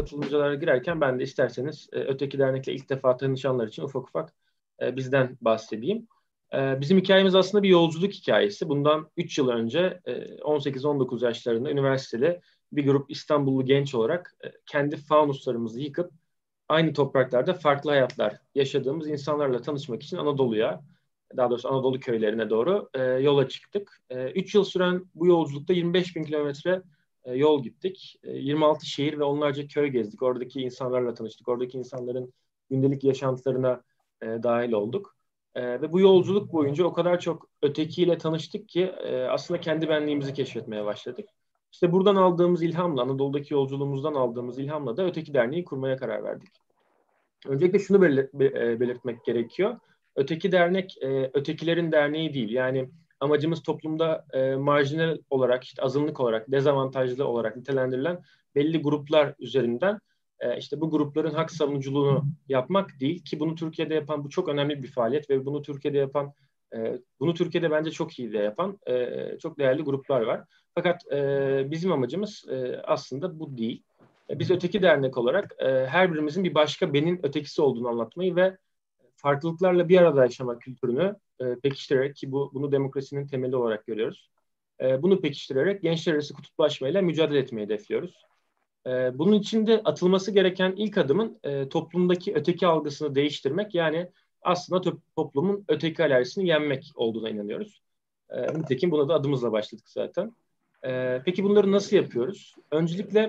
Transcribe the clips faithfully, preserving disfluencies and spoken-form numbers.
katılımcılara girerken ben de isterseniz e, Öteki Dernek'le ilk defa tanışanlar için ufak ufak e, bizden bahsedeyim. E, bizim hikayemiz aslında bir yolculuk hikayesi. Bundan üç yıl önce e, on sekiz on dokuz yaşlarında üniversitede bir grup İstanbullu genç olarak e, kendi fanuslarımızı yıkıp aynı topraklarda farklı hayatlar yaşadığımız insanlarla tanışmak için Anadolu'ya, daha doğrusu Anadolu köylerine doğru e, yola çıktık. E, üç yıl süren bu yolculukta yirmi beş bin kilometre e, yol gittik. E, yirmi altı şehir ve onlarca köy gezdik. Oradaki insanlarla tanıştık. Oradaki insanların gündelik yaşantılarına e, dahil olduk. E, ve bu yolculuk boyunca o kadar çok ötekiyle tanıştık ki e, aslında kendi benliğimizi keşfetmeye başladık. İşte buradan aldığımız ilhamla, Anadolu'daki yolculuğumuzdan aldığımız ilhamla da Öteki Derneği kurmaya karar verdik. Öncelikle şunu belirtmek gerekiyor. Öteki dernek, e, ötekilerin derneği değil. Yani amacımız toplumda e, marjinal olarak, işte azınlık olarak, dezavantajlı olarak nitelendirilen belli gruplar üzerinden e, işte bu grupların hak savunuculuğunu yapmak değil ki bunu Türkiye'de yapan, bu çok önemli bir faaliyet ve bunu Türkiye'de yapan, e, bunu Türkiye'de bence çok iyi de yapan e, çok değerli gruplar var. Fakat e, bizim amacımız e, aslında bu değil. Biz öteki dernek olarak e, her birimizin bir başka benin ötekisi olduğunu anlatmayı ve farklılıklarla bir arada yaşama kültürünü e, pekiştirerek, ki bu bunu demokrasinin temeli olarak görüyoruz. E, bunu pekiştirerek gençler arası kutuplaşmayla mücadele etmeyi hedefliyoruz. E, bunun için de atılması gereken ilk adımın e, toplumdaki öteki algısını değiştirmek, yani aslında to- toplumun öteki alerjisini yenmek olduğuna inanıyoruz. E, nitekim buna da adımızla başladık zaten. E, peki bunları nasıl yapıyoruz? Öncelikle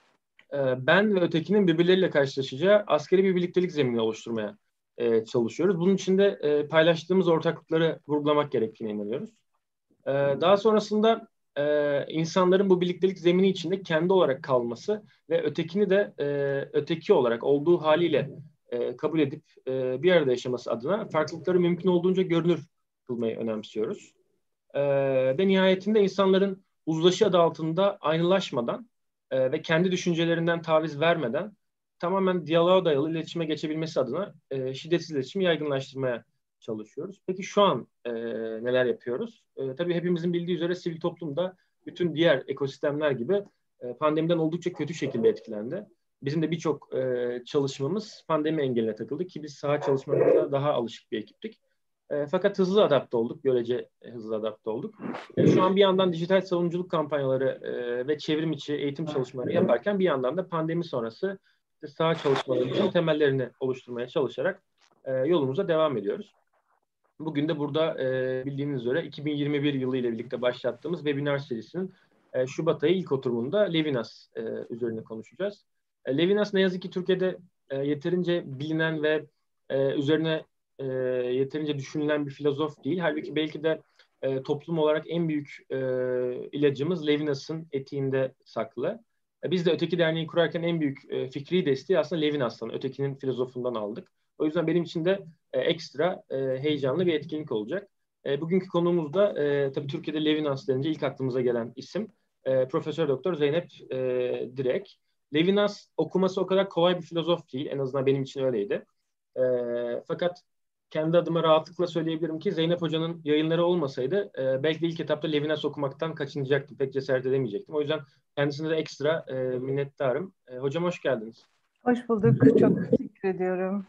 ben ve ötekinin birbirleriyle karşılaşacağı askeri bir birliktelik zemini oluşturmaya e, çalışıyoruz. Bunun için de e, paylaştığımız ortaklıkları vurgulamak gerektiğine inanıyoruz. E, daha sonrasında e, insanların bu birliktelik zemini içinde kendi olarak kalması ve ötekini de e, öteki olarak olduğu haliyle e, kabul edip e, bir arada yaşaması adına farklılıkları mümkün olduğunca görünür kılmayı önemsiyoruz. E, ve nihayetinde insanların uzlaşı adı altında aynılaşmadan e, ve kendi düşüncelerinden taviz vermeden tamamen diyaloğa dayalı iletişime geçebilmesi adına e, şiddetsiz iletişimi yaygınlaştırmaya çalışıyoruz. Peki şu an e, neler yapıyoruz? E, tabii hepimizin bildiği üzere sivil toplumda bütün diğer ekosistemler gibi e, pandemiden oldukça kötü şekilde etkilendi. Bizim de birçok e, çalışmamız pandemi engeline takıldı ki biz saha çalışmalarına daha alışık bir ekiptik. E, fakat hızlı adapte olduk, görece hızlı adapte olduk. E, şu an bir yandan dijital savunuculuk kampanyaları e, ve çevrim içi eğitim çalışmaları yaparken bir yandan da pandemi sonrası işte saha çalışmalarının temellerini oluşturmaya çalışarak e, yolumuza devam ediyoruz. Bugün de burada e, bildiğiniz üzere iki bin yirmi bir yılı ile birlikte başlattığımız webinar serisinin e, Şubat ayı ilk oturumunda Levinas e, üzerine konuşacağız. E, Levinas ne yazık ki Türkiye'de e, yeterince bilinen ve e, üzerine e, yeterince düşünülen bir filozof değil. Halbuki belki de e, toplum olarak en büyük e, ilacımız Levinas'ın etiğinde saklı. E, biz de Öteki Derneği kurarken en büyük e, fikri desteği aslında Levinas'tan, Öteki'nin filozofundan aldık. O yüzden benim için de e, ekstra e, heyecanlı bir etkinlik olacak. E, bugünkü konuğumuz da e, tabii Türkiye'de Levinas denince ilk aklımıza gelen isim e, Profesör Doktor Zeynep e, Direk. Levinas okuması o kadar kolay bir filozof değil. En azından benim için öyleydi. E, fakat kendi adıma rahatlıkla söyleyebilirim ki Zeynep Hoca'nın yayınları olmasaydı e, belki de ilk etapta Levinas okumaktan kaçınacaktım. Pek cesaret edemeyecektim. O yüzden kendisine de ekstra e, minnettarım. E, hocam hoş geldiniz. Hoş bulduk. Çok teşekkür ediyorum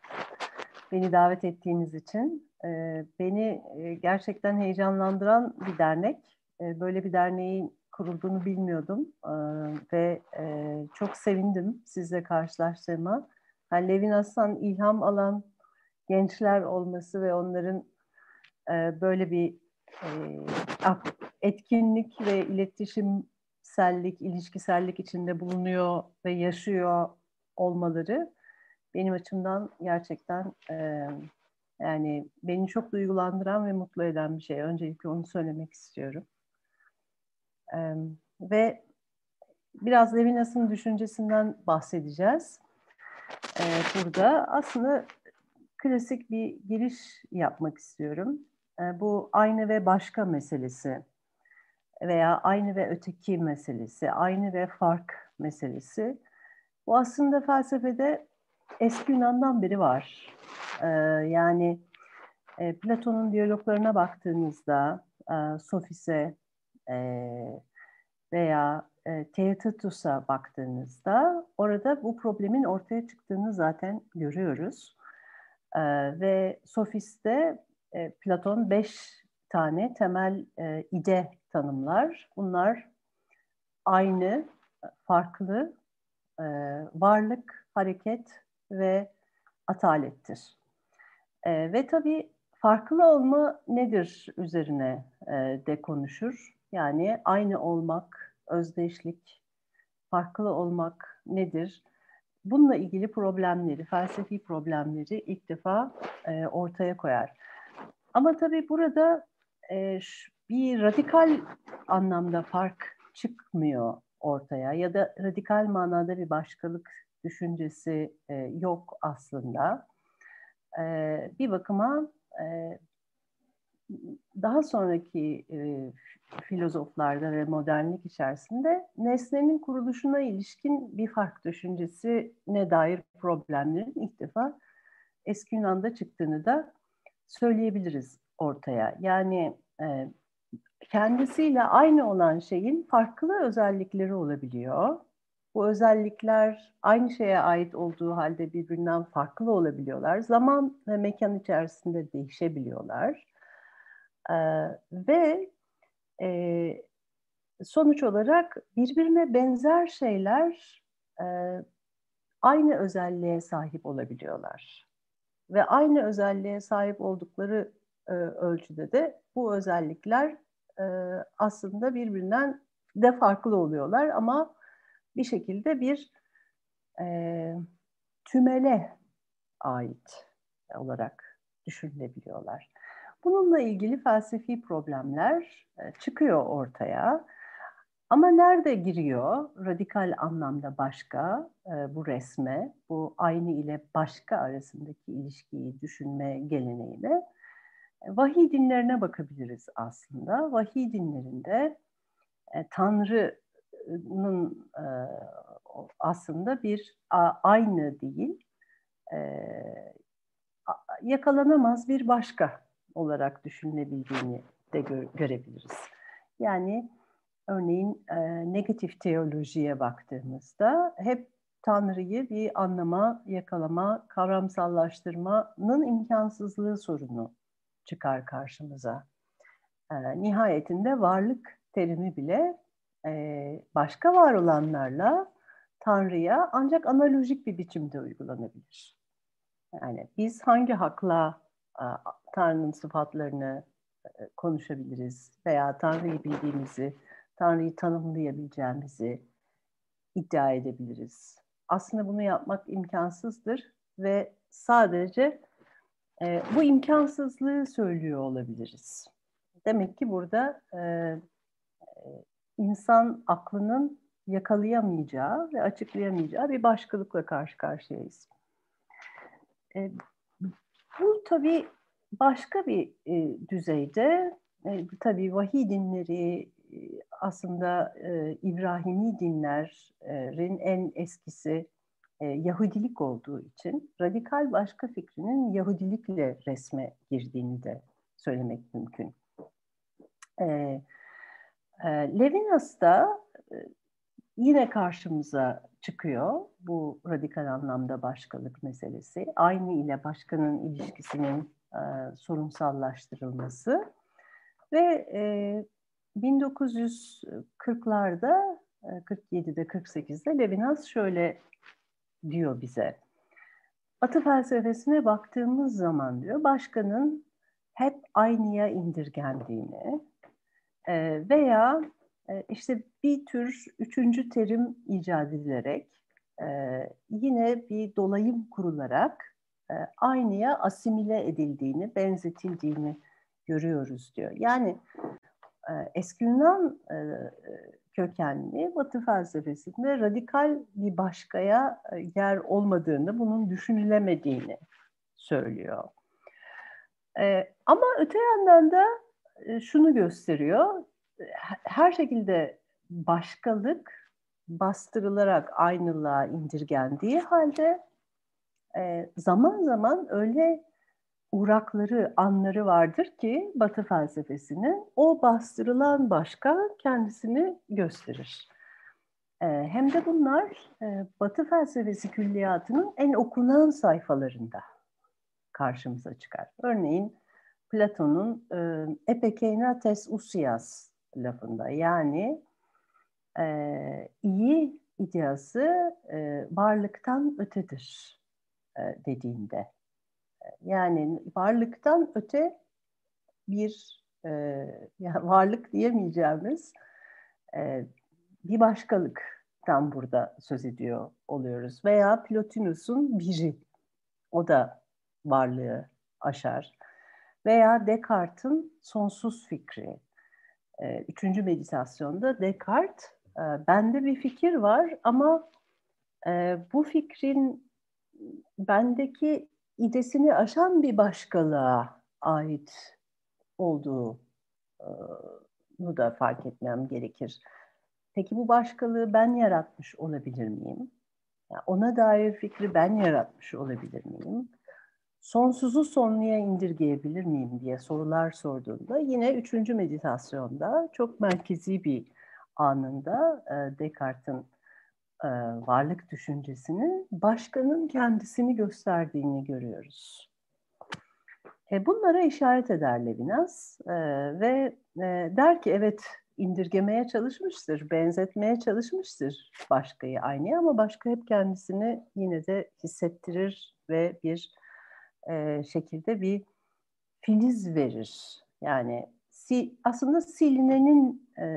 beni davet ettiğiniz için. E, beni e, gerçekten heyecanlandıran bir dernek. E, böyle bir derneğin kurulduğunu bilmiyordum e, ve e, çok sevindim sizle karşılaştığıma. Yani Levinas'tan ilham alan gençler olması ve onların e, böyle bir e, etkinlik ve iletişimsellik, ilişkisellik içinde bulunuyor ve yaşıyor olmaları benim açımdan gerçekten e, yani beni çok duygulandıran ve mutlu eden bir şey. Öncelikle onu söylemek istiyorum. E, ve biraz Levinas'ın düşüncesinden bahsedeceğiz. E, burada aslında klasik bir giriş yapmak istiyorum. E, bu aynı ve başka meselesi veya aynı ve öteki meselesi, aynı ve fark meselesi. Bu aslında felsefede eski Yunan'dan beri var. Ee, yani e, Platon'un diyaloglarına baktığınızda, e, Sofise e, veya e, Theaetetus'a baktığınızda orada bu problemin ortaya çıktığını zaten görüyoruz. E, ve Sofist'te e, Platon beş tane temel e, ide tanımlar. Bunlar aynı, farklı, e, varlık, hareket ve atalettir. E, ve tabii farklı olma nedir üzerine e, de konuşur. Yani aynı olmak, özdeşlik, farklı olmak nedir? Bununla ilgili problemleri, felsefi problemleri ilk defa e, ortaya koyar. Ama tabii burada e, bir radikal anlamda fark çıkmıyor ortaya ya da radikal manada bir başkalık düşüncesi e, yok aslında. E, bir bakıma e, daha sonraki e, filozoflarda ve modernlik içerisinde nesnenin kuruluşuna ilişkin bir fark düşüncesine dair problemlerin ilk defa eski Yunan'da çıktığını da söyleyebiliriz ortaya. Yani e, kendisiyle aynı olan şeyin farklı özellikleri olabiliyor. Bu özellikler aynı şeye ait olduğu halde birbirinden farklı olabiliyorlar. Zaman ve mekan içerisinde değişebiliyorlar. Ee, ve e, sonuç olarak birbirine benzer şeyler e, aynı özelliğe sahip olabiliyorlar. Ve aynı özelliğe sahip oldukları e, ölçüde de bu özellikler e, aslında birbirinden de farklı oluyorlar ama bir şekilde bir e, tümele ait olarak düşünülebiliyorlar. Bununla ilgili felsefi problemler e, çıkıyor ortaya. Ama nerede giriyor radikal anlamda başka e, bu resme, bu aynı ile başka arasındaki ilişkiyi düşünme geleneğine? E, vahiy dinlerine bakabiliriz aslında. Vahiy dinlerinde e, Tanrı'nın e, aslında bir a, aynı değil, e, yakalanamaz bir başka olarak düşünülebildiğini de gö- görebiliriz. Yani örneğin e, negatif teolojiye baktığımızda hep Tanrı'yı bir anlama, yakalama, kavramsallaştırmanın imkansızlığı sorunu çıkar karşımıza. E, nihayetinde varlık terimi bile e, başka var olanlarla Tanrı'ya ancak analojik bir biçimde uygulanabilir. Yani biz hangi hakla a, Tanrı'nın sıfatlarını e, konuşabiliriz veya Tanrı'yı bildiğimizi, Tanrı'yı tanımlayabileceğimizi iddia edebiliriz. Aslında bunu yapmak imkansızdır ve sadece e, bu imkansızlığı söylüyor olabiliriz. Demek ki burada e, insan aklının yakalayamayacağı ve açıklayamayacağı bir başkalıkla karşı karşıyayız. E, bu tabii başka bir e, düzeyde, e, tabii vahiy dinleri e, aslında e, İbrahimi dinlerin en eskisi e, Yahudilik olduğu için radikal başka fikrinin Yahudilikle resme girdiğini de söylemek mümkün. E, e, Levinas'ta e, yine karşımıza çıkıyor bu radikal anlamda başkalık meselesi. Aynı ile başkanın ilişkisinin e, sorunsallaştırılması ve e, bin dokuz yüz kırklarda, e, kırk yedide, kırk sekizde Levinas şöyle diyor bize. Batı felsefesine baktığımız zaman diyor, başkanın hep aynıya indirgendiğini e, veya e, işte bir tür üçüncü terim icat edilerek e, yine bir dolayım kurularak e, aynıya asimile edildiğini, benzetildiğini görüyoruz diyor. Yani e, eski Yunan e, kökenli Batı felsefesinde radikal bir başkaya yer olmadığını, bunun düşünülemediğini söylüyor. E, ama öte yandan da e, şunu gösteriyor, her şekilde başkalık bastırılarak aynılığa indirgendiği halde e, zaman zaman öyle uğrakları, anları vardır ki Batı felsefesinin o bastırılan başka kendisini gösterir. E, hem de bunlar e, Batı felsefesi külliyatının en okunan sayfalarında karşımıza çıkar. Örneğin Platon'un e, epekeina tes ousias lafında, yani e, iyi ideası e, varlıktan ötedir e, dediğinde. Yani varlıktan öte bir e, yani varlık diyemeyeceğimiz e, bir başkalıktan burada söz ediyor oluyoruz. Veya Plotinus'un biri, o da varlığı aşar. Veya Descartes'in sonsuz fikri. E, üçüncü meditasyonda Descartes, e, bende bir fikir var ama e, bu fikrin bendeki idesini aşan bir başkalığa ait olduğunu da fark etmem gerekir. Peki bu başkalığı ben yaratmış olabilir miyim? Yani ona dair fikri ben yaratmış olabilir miyim? Sonsuzu sonluya indirgeyebilir miyim diye sorular sorduğunda yine üçüncü meditasyonda çok merkezi bir anında e, Descartes'in e, varlık düşüncesini başkanın kendisini gösterdiğini görüyoruz. E, bunlara işaret eder Levinas e, ve e, der ki evet, indirgemeye çalışmıştır, benzetmeye çalışmıştır başkayı aynaya, ama başka hep kendisini yine de hissettirir ve bir e, şekilde bir filiz verir. Yani si, aslında silinenin e,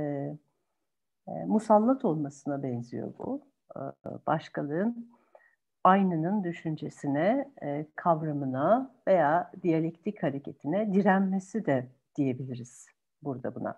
e, musallat olmasına benziyor bu. E, başkalığın aynının düşüncesine, e, kavramına veya diyalektik hareketine direnmesi de diyebiliriz burada buna.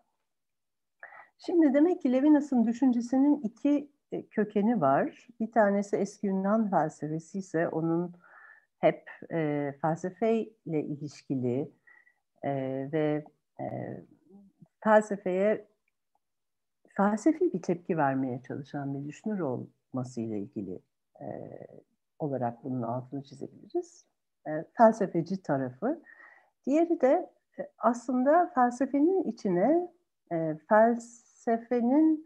Şimdi demek ki Levinas'ın düşüncesinin iki e, kökeni var. Bir tanesi eski Yunan felsefesi ise onun hep e, felsefeyle ilişkili e, ve e, felsefeye felsefi bir tepki vermeye çalışan bir düşünür olmasıyla ilgili e, olarak bunun altını çizebiliriz. E, felsefeci tarafı. Diğeri de e, aslında felsefenin içine e, felsefenin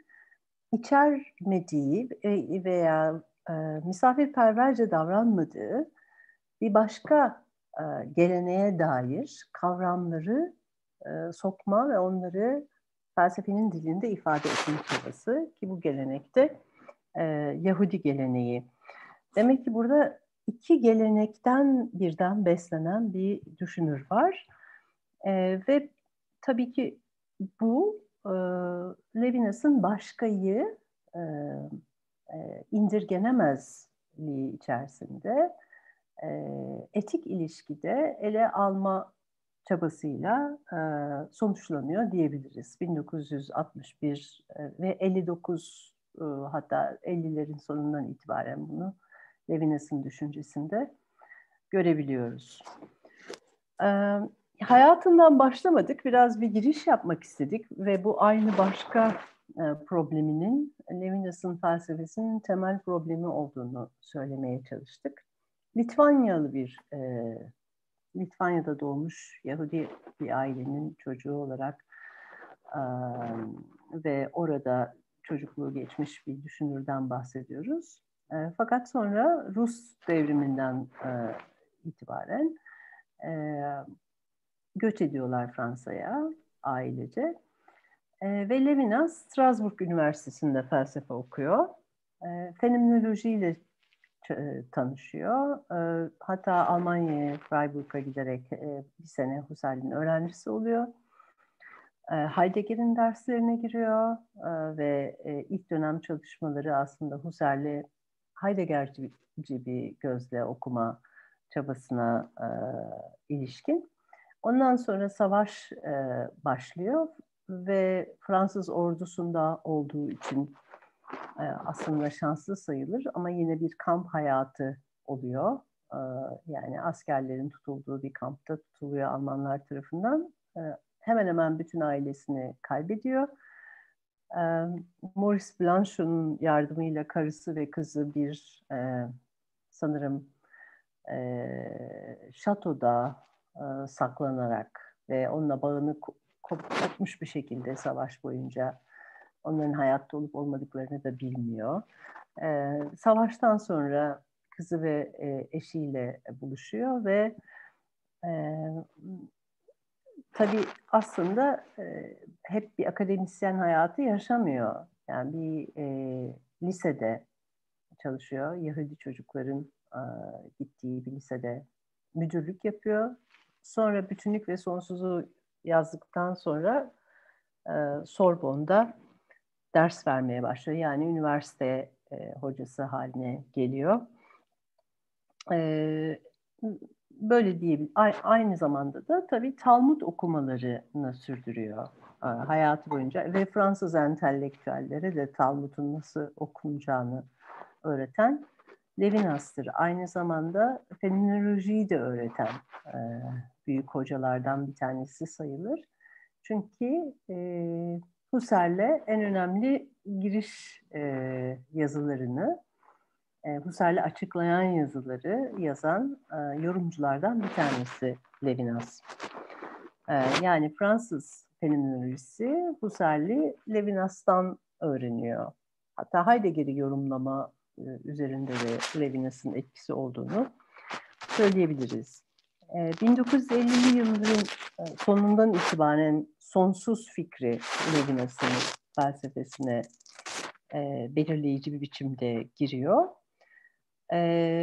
içermediği e, veya e, misafirperverce davranmadığı bir başka e, geleneğe dair kavramları e, sokma ve onları felsefenin dilinde ifade etme çabası, ki bu gelenekte e, Yahudi geleneği. Demek ki burada iki gelenekten birden beslenen bir düşünür var. E, ve tabii ki bu e, Levinas'ın başkayı e, e, indirgenemezliği içerisinde e, etik ilişkide ele alma çabasıyla e, sonuçlanıyor diyebiliriz. bin dokuz yüz altmış bir e, ve elli dokuz, e, hatta ellilerin sonundan itibaren bunu Levinas'ın düşüncesinde görebiliyoruz. E, hayatından başlamadık, biraz bir giriş yapmak istedik ve bu aynı başka e, probleminin Levinas'ın felsefesinin temel problemi olduğunu söylemeye çalıştık. Litvanyalı bir e, Litvanya'da doğmuş Yahudi bir ailenin çocuğu olarak e, ve orada çocukluğu geçmiş bir düşünürden bahsediyoruz. E, fakat sonra Rus devriminden e, itibaren e, göç ediyorlar Fransa'ya ailece. E, ve Levinas Strasbourg Üniversitesi'nde felsefe okuyor. E, fenomenolojiyle tanışıyor. Hatta Almanya'ya, Freiburg'a giderek bir sene Husserl'in öğrencisi oluyor. Heidegger'in derslerine giriyor ve ilk dönem çalışmaları aslında Husserl'i Heidegger'ci bir gözle okuma çabasına ilişkin. Ondan sonra savaş başlıyor ve Fransız ordusunda olduğu için aslında şanslı sayılır ama yine bir kamp hayatı oluyor. Yani askerlerin tutulduğu bir kampta tutuluyor Almanlar tarafından. Hemen hemen bütün ailesini kaybediyor. Maurice Blanchot'un yardımıyla karısı ve kızı bir sanırım şatoda saklanarak ve onunla bağını kopmuş bir şekilde savaş boyunca Onların hayatta olup olmadıklarını da bilmiyor. Ee, savaştan sonra kızı ve e, eşiyle buluşuyor ve e, tabii aslında e, hep bir akademisyen hayatı yaşamıyor. Yani bir e, lisede çalışıyor. Yahudi çocukların e, gittiği bir lisede müdürlük yapıyor. Sonra Bütünlük ve Sonsuz'u yazdıktan sonra e, Sorbonne'da ders vermeye başlıyor. Yani üniversite e, hocası haline geliyor. E, böyle diyebilirim. Aynı zamanda da tabii Talmud okumalarını sürdürüyor e, hayatı boyunca ve Fransız entelektüellere de Talmud'un nasıl okunacağını öğreten Levinas'tır. Aynı zamanda fenomenolojiyi de öğreten e, büyük hocalardan bir tanesi sayılır. Çünkü e, Husserl'le en önemli giriş e, yazılarını, e, Husserl'le açıklayan yazıları yazan e, yorumculardan bir tanesi Levinas. E, yani Fransız fenomenolojisi Husserl'i Levinas'tan öğreniyor. Hatta Heidegger'i yorumlama e, üzerinde de Levinas'ın etkisi olduğunu söyleyebiliriz. E, bin dokuz yüz ellili yılların sonundan itibaren sonsuz fikri Levinas'ın felsefesine e, belirleyici bir biçimde giriyor. E,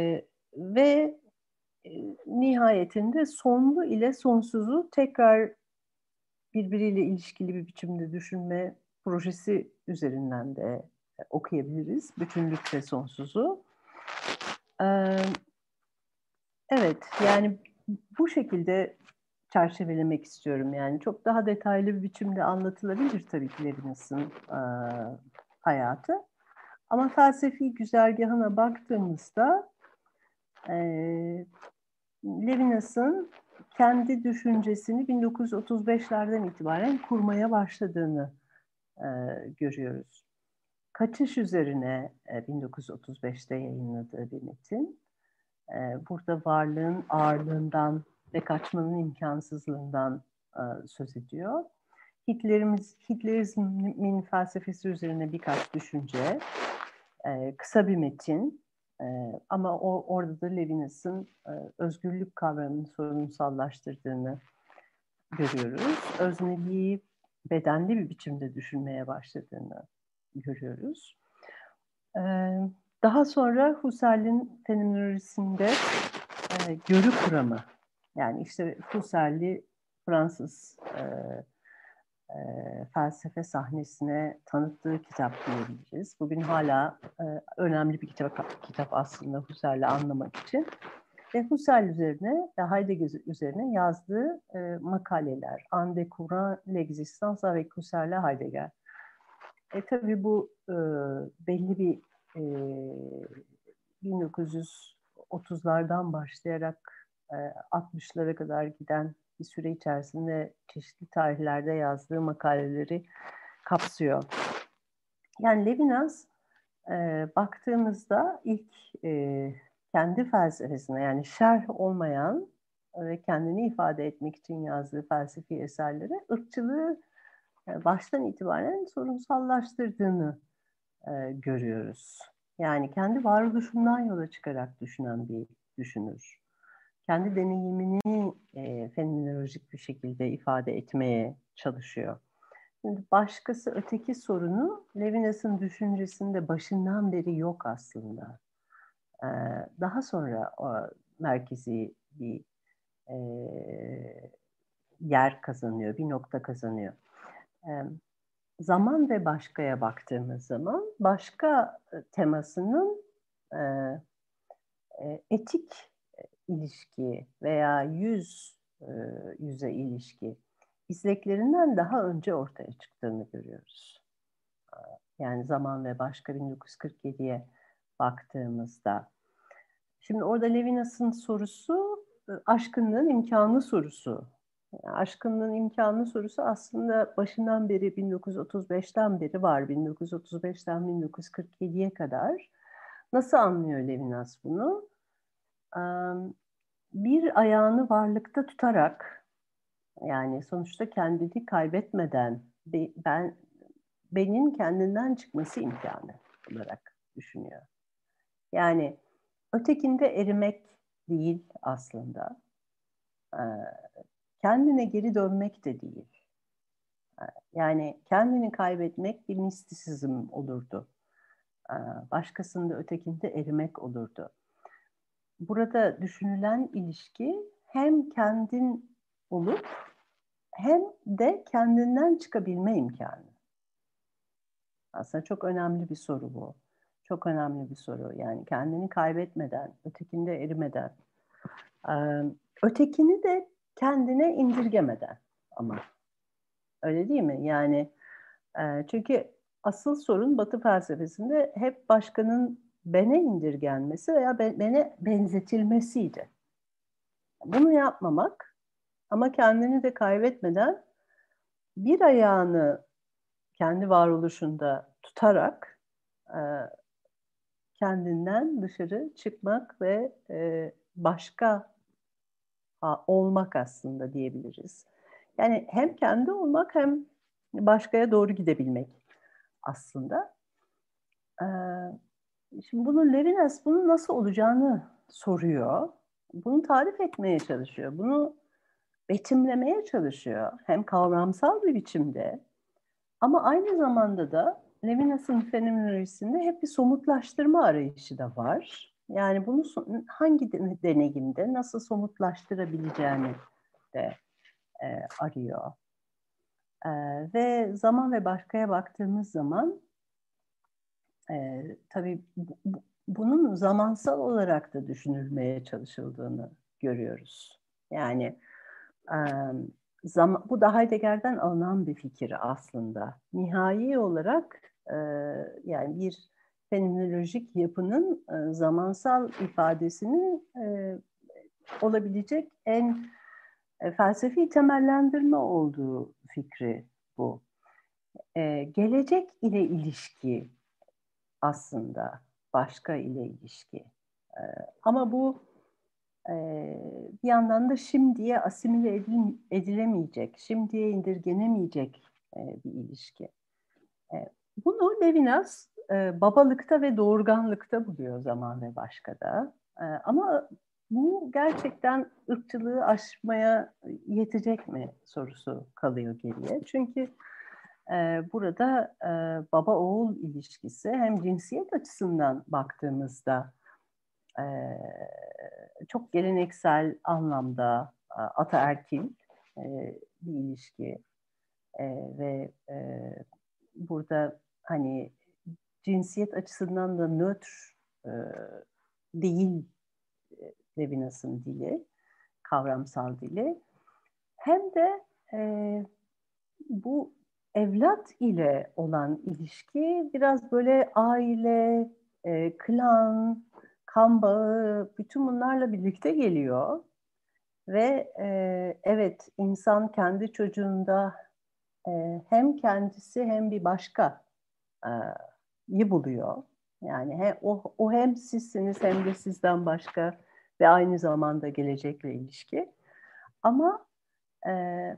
ve e, nihayetinde sonlu ile sonsuzu tekrar birbiriyle ilişkili bir biçimde düşünme projesi üzerinden de okuyabiliriz. Bütünlük ve sonsuzu. E, evet, yani bu şekilde çerçevelemek istiyorum. Yani çok daha detaylı bir biçimde anlatılabilir tabii ki Levinas'ın e, hayatı. Ama felsefi güzergahına baktığımızda e, Levinas'ın kendi düşüncesini bin dokuz yüz otuz beşlerden itibaren kurmaya başladığını e, görüyoruz. Kaçış üzerine e, bin dokuz yüz otuz beşte yayınladığı bir metin. E, burada varlığın ağırlığından ve kaçmanın imkansızlığından e, söz ediyor. Hitlerimiz, Hitlerizmin felsefesi üzerine birkaç düşünce, e, kısa bir metin e, ama o, orada da Levinas'ın e, özgürlük kavramını sorunsallaştırdığını görüyoruz. Özneliği bedenli bir biçimde düşünmeye başladığını görüyoruz. E, daha sonra Husserl'in fenomenolojisinde e, görü kuramı, yani işte Husserl'i Fransız e, e, felsefe sahnesine tanıttığı kitap diyebiliriz. Bugün hala e, önemli bir kitap, kitap aslında Husserl'i anlamak için. Ve Husserl üzerine ve Heidegger üzerine yazdığı e, makaleler. En découvrant l'existence avec Husserl Heidegger. E tabii bu e, belli bir e, bin dokuz yüz otuzlardan başlayarak e, altmışlara kadar giden bir süre içerisinde çeşitli tarihlerde yazdığı makaleleri kapsıyor. Yani Levinas e, baktığımızda ilk e, kendi felsefesine, yani şerh olmayan ve kendini ifade etmek için yazdığı felsefi eserlere ırkçılığı e, baştan itibaren sorunsallaştırdığını e, görüyoruz. Yani kendi varoluşundan yola çıkarak düşünen bir düşünür. Kendi deneyimini e, fenomenolojik bir şekilde ifade etmeye çalışıyor. Şimdi başkası, öteki sorunu Levinas'ın düşüncesinde başından beri yok aslında. Ee, daha sonra o merkezi bir e, yer kazanıyor, bir nokta kazanıyor. Ee, zaman ve başkaya baktığımız zaman başka temasının e, e, etik ilişki veya yüz e, yüze ilişki izleklerinden daha önce ortaya çıktığını görüyoruz. Yani Zaman ve Başka bin dokuz yüz kırk yediye baktığımızda. Şimdi orada Levinas'ın sorusu aşkınlığın imkanı sorusu. Yani aşkınlığın imkanı sorusu aslında başından beri bin dokuz yüz otuz beşten beri var. bin dokuz yüz otuz beşten bin dokuz yüz kırk yediye kadar. Nasıl anlıyor Levinas bunu? Bir ayağını varlıkta tutarak, yani sonuçta kendini kaybetmeden, ben benin kendinden çıkması imkanı olarak düşünüyor. Yani ötekinde erimek değil aslında. Ee, kendine geri dönmek de değil. Yani kendini kaybetmek bir mistisizm olurdu. Ee, başkasında ötekinde erimek olurdu. Burada düşünülen ilişki hem kendin olup hem de kendinden çıkabilme imkanı. Aslında çok önemli bir soru bu. Çok önemli bir soru. Yani kendini kaybetmeden, ötekinde erimeden, ötekini de kendine indirgemeden ama. Öyle değil mi? Yani çünkü asıl sorun Batı felsefesinde hep başkanın bene indirgenmesi veya bene benzetilmesiydi. Bunu yapmamak ama kendini de kaybetmeden bir ayağını kendi varoluşunda tutarak kendinden dışarı çıkmak ve başka olmak aslında diyebiliriz. Yani hem kendi olmak hem başkaya doğru gidebilmek aslında. Şimdi bunu Levinas bunun nasıl olacağını soruyor. Bunu tarif etmeye çalışıyor. Bunu betimlemeye çalışıyor. Hem kavramsal bir biçimde ama aynı zamanda da Levinas'ın fenomenolojisinde hep bir somutlaştırma arayışı da var. Yani bunu hangi deneyimde nasıl somutlaştırabileceğini de e, arıyor. E, ve zaman ve başkaya baktığımız zaman e, tabii bu, bu, bunun zamansal olarak da düşünülmeye çalışıldığını görüyoruz. Yani e, zaman, bu da Heidegger'den alınan bir fikir aslında. Nihai olarak e, yani bir fenomenolojik yapının e, zamansal ifadesinin e, olabilecek en e, felsefi temellendirme olduğu fikri bu. E, gelecek ile ilişki aslında başka ile ilişki. E, ama bu e, bir yandan da şimdiye asimile edil, edilemeyecek, şimdiye indirgenemeyecek e, bir ilişki. E, bunu Levinas e, babalıkta ve doğurganlıkta buluyor zaman ve başkada. E, ama bu gerçekten ırkçılığı aşmaya yetecek mi sorusu kalıyor geriye. Çünkü e, burada e, baba-oğul ilişkisi hem cinsiyet açısından baktığımızda e, çok geleneksel anlamda e, ataerkil e, bir ilişki e, ve e, burada hani cinsiyet açısından da nötr e, değil Levinas'ın dili, kavramsal dili. Hem de e, bu evlat ile olan ilişki biraz böyle aile, e, klan, kan bağı, bütün bunlarla birlikte geliyor. Ve e, evet, insan kendi çocuğunda e, hem kendisi hem bir başka iyi buluyor. Yani he, o, o hem sizsiniz hem de sizden başka ve aynı zamanda gelecekle ilişki. Ama e,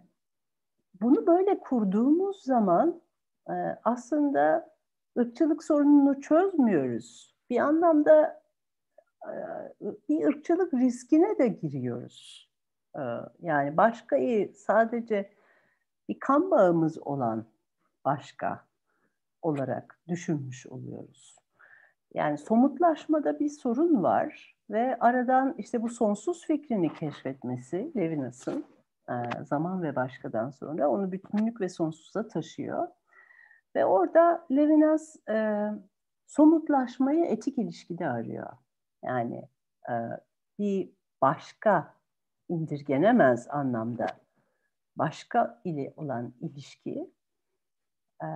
bunu böyle kurduğumuz zaman e, aslında ırkçılık sorununu çözmüyoruz. Bir anlamda e, bir ırkçılık riskine de giriyoruz. E, yani başkayı sadece bir kan bağımız olan başka olarak düşünmüş oluyoruz. Yani somutlaşmada bir sorun var ve aradan işte bu sonsuz fikrini keşfetmesi Levinas'ın e, zaman ve başkadan sonra onu bütünlük ve sonsuza taşıyor. Ve orada Levinas e, somutlaşmayı etik ilişkide arıyor. Yani e, bir başka indirgenemez anlamda başka ile olan ilişki e,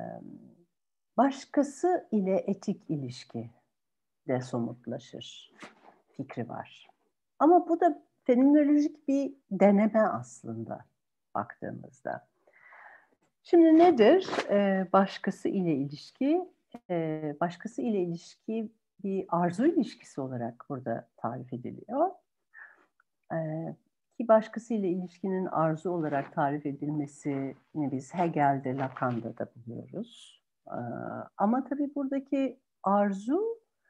başkası ile etik ilişki de somutlaşır fikri var. Ama bu da fenomenolojik bir deneme aslında baktığımızda. Şimdi nedir ee, başkası ile ilişki? Ee, başkası ile ilişki bir arzu ilişkisi olarak burada tarif ediliyor. Ee, ki başkasıyla ilişkinin arzu olarak tarif edilmesini biz Hegel'de, Lacan'da da buluyoruz. Ee, ama tabii buradaki arzu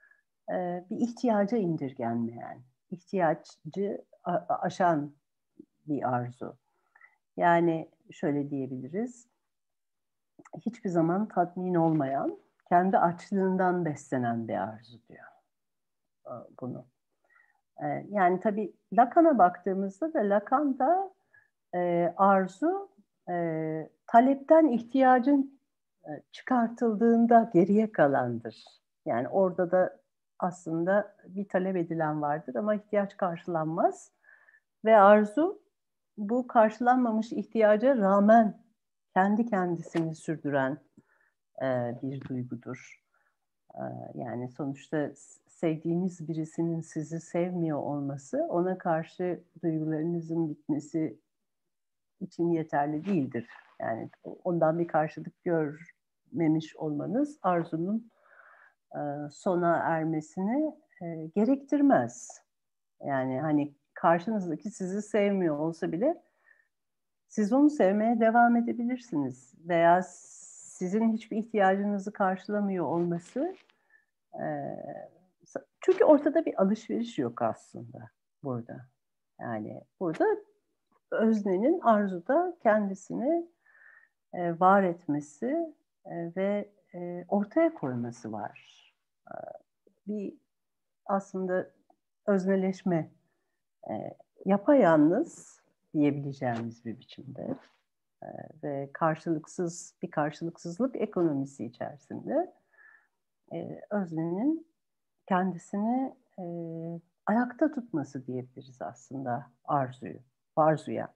e, bir ihtiyaca indirgenmeyen, ihtiyacı a- aşan bir arzu. Yani şöyle diyebiliriz, hiçbir zaman tatmin olmayan, kendi açlığından beslenen bir arzu diyor e, bunu. E, yani tabii Lacan'a baktığımızda da Lacan'da e, arzu e, talepten ihtiyacın e, çıkartıldığında geriye kalandır. Yani orada da aslında bir talep edilen vardır ama ihtiyaç karşılanmaz ve arzu bu karşılanmamış ihtiyaca rağmen kendi kendisini sürdüren e, bir duygudur. E, yani sonuçta sevdiğiniz birisinin sizi sevmiyor olması ona karşı duygularınızın bitmesi için yeterli değildir. Yani ondan bir karşılık görmemiş olmanız arzunun e, sona ermesini e, gerektirmez. Yani hani karşınızdaki sizi sevmiyor olsa bile siz onu sevmeye devam edebilirsiniz. Veya sizin hiçbir ihtiyacınızı karşılamıyor olması e, çünkü ortada bir alışveriş yok aslında burada. Yani burada öznenin arzuda kendisini e, var etmesi e, ve e, ortaya koyması var. E, bir aslında özneleşme, e, yapayalnız diyebileceğimiz bir biçimde e, ve karşılıksız bir karşılıksızlık ekonomisi içerisinde e, öznenin kendisini e, ayakta tutması diyebiliriz aslında arzuyu, arzuya.